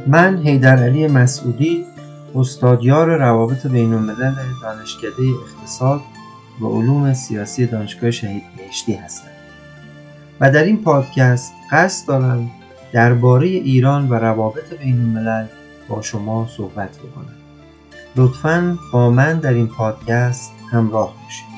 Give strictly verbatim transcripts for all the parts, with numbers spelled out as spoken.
من حیدرعلی مسعودی، استادیار روابط بین الملل دانشکده اقتصاد و علوم سیاسی دانشگاه شهید بهشتی هستم و در این پادکست قصد دارم درباره ایران و روابط بین الملل با شما صحبت بکنم. لطفاً با من در این پادکست همراه باشید.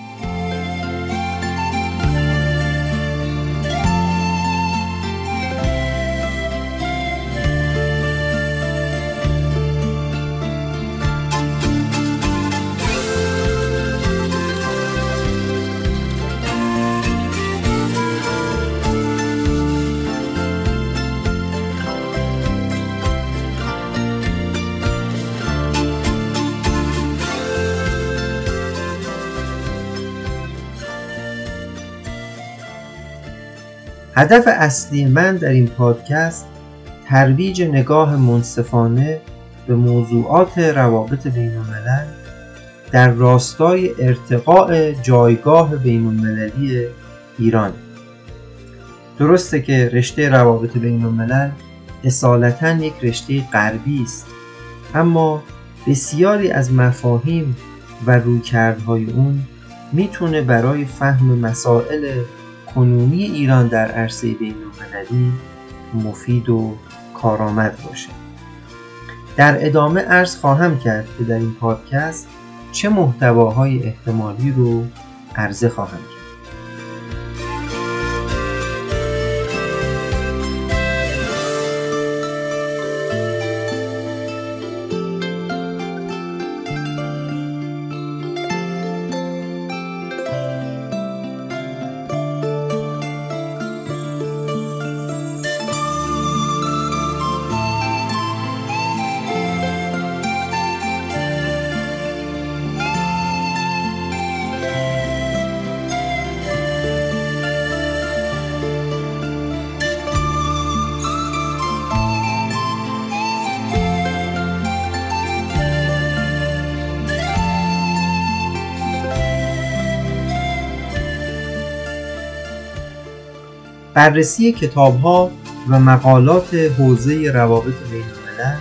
هدف اصلی من در این پادکست ترویج نگاه منصفانه به موضوعات روابط بین الملل در راستای ارتقاء جایگاه بین المللی ایران. درسته که رشته روابط بین الملل اصالتاً یک رشته غربی است، اما بسیاری از مفاهیم و رویکردهای اون میتونه برای فهم مسائل کنونی ایران در عرصه بین المللی مفید و کارآمد باشه. در ادامه عرض خواهم کرد که در این پادکست چه محتواهای احتمالی رو عرضه خواهم کرد. بررسی کتاب‌ها و مقالات حوزه روابط بین الملل،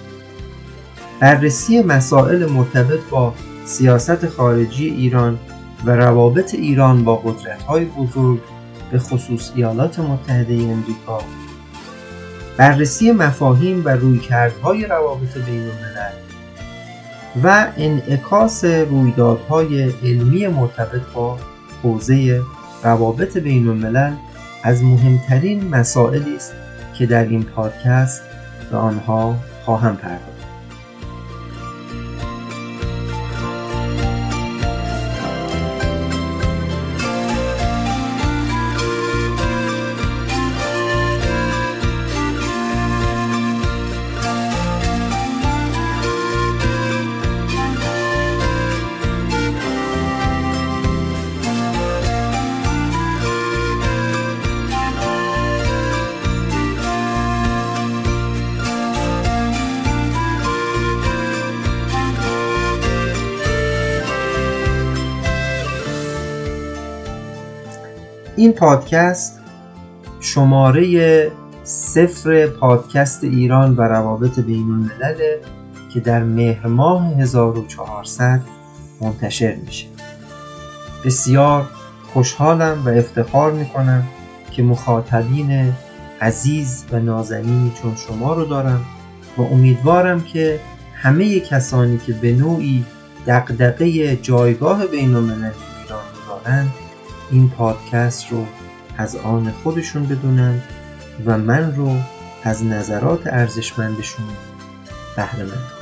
بررسی مسائل مرتبط با سیاست خارجی ایران و روابط ایران با قدرت‌های بزرگ به خصوص ایالات متحده آمریکا، بررسی مفاهیم و رویکردهای روابط بین الملل و انعکاس رویدادهای علمی مرتبط با حوزه روابط بین الملل از مهمترین مسائلی است که در این پادکست به آنها خواهم پرداخت. این پادکست شماره صفر پادکست ایران و روابط بین الملل که در مهر ماه هزار و چهارصد منتشر میشه. بسیار خوشحالم و افتخار میکنم که مخاطبین عزیز و نازنینی چون شما رو دارم و امیدوارم که همه کسانی که به نوعی دغدغه جایگاه بین المللی ایران رو دارند این پادکست رو از آن خودشون بدونن و من رو از نظرات ارزشمندشون بهره مند کنن.